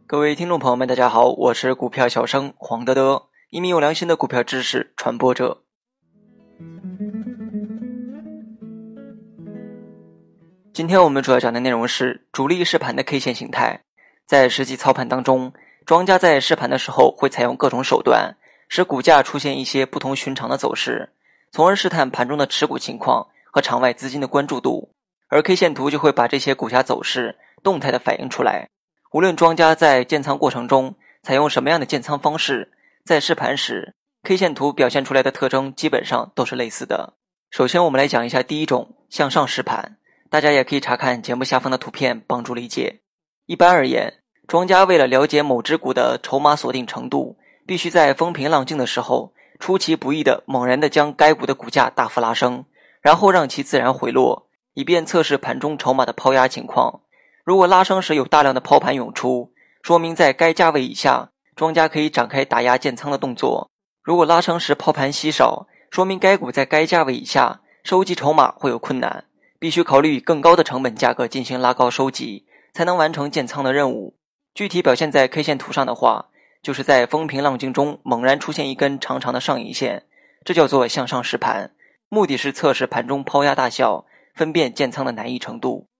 各位听众朋友们，大家好，我是股票小生黄德德，一名有良心的股票知识传播者。今天我们主要讲的内容是主力试盘的 K 线形态。在实际操盘当中，庄家在试盘的时候会采用各种手段，使股价出现一些不同寻常的走势，从而试探盘中的持股情况和场外资金的关注度，而 K 线图就会把这些股价走势动态的反映出来。无论庄家在建仓过程中采用什么样的建仓方式，在试盘时 K 线图表现出来的特征基本上都是类似的。首先我们来讲一下第一种向上试盘，大家也可以查看节目下方的图片帮助理解。一般而言，庄家为了了解某只股的筹码锁定程度，必须在风平浪静的时候出其不意的猛然的将该股的股价大幅拉升，然后让其自然回落，以便测试盘中筹码的抛压情况。如果拉升时有大量的抛盘涌出，说明在该价位以下，庄家可以展开打压建仓的动作。如果拉升时抛盘稀少，说明该股在该价位以下收集筹码会有困难，必须考虑以更高的成本价格进行拉高收集，才能完成建仓的任务。具体表现在 K 线图上的话，就是在风平浪静中猛然出现一根长长的上影线，这叫做向上试盘，目的是测试盘中抛压大小，分辨建仓的难易程度。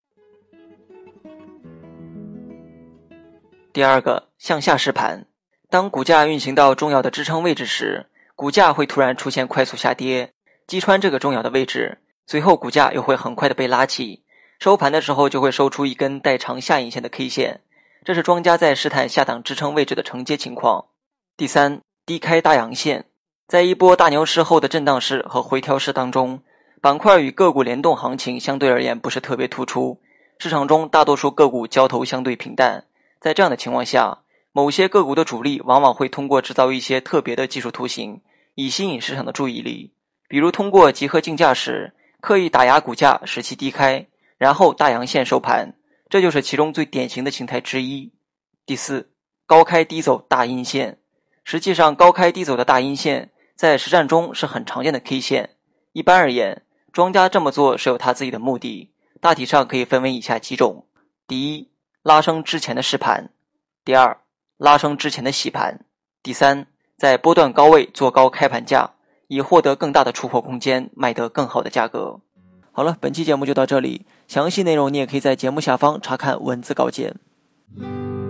第二个，向下试盘。当股价运行到重要的支撑位置时，股价会突然出现快速下跌，击穿这个重要的位置，随后股价又会很快的被拉起，收盘的时候就会收出一根带长下影线的 K 线，这是庄家在试探下档支撑位置的承接情况。第三，低开大阳线。在一波大牛市后的震荡市和回调市当中，板块与个股联动行情相对而言不是特别突出，市场中大多数个股交投相对平淡。在这样的情况下，某些个股的主力往往会通过制造一些特别的技术图形，以吸引市场的注意力，比如通过集合竞价时刻意打压股价使其低开，然后大阳线收盘，这就是其中最典型的形态之一。第四，高开低走大阴线。实际上高开低走的大阴线在实战中是很常见的 K 线，一般而言，庄家这么做是有他自己的目的，大体上可以分为以下几种。第一，拉升之前的试盘。第二，拉升之前的洗盘。第三，在波段高位做高开盘价，以获得更大的出货空间，卖得更好的价格。好了，本期节目就到这里，详细内容你也可以在节目下方查看文字稿件。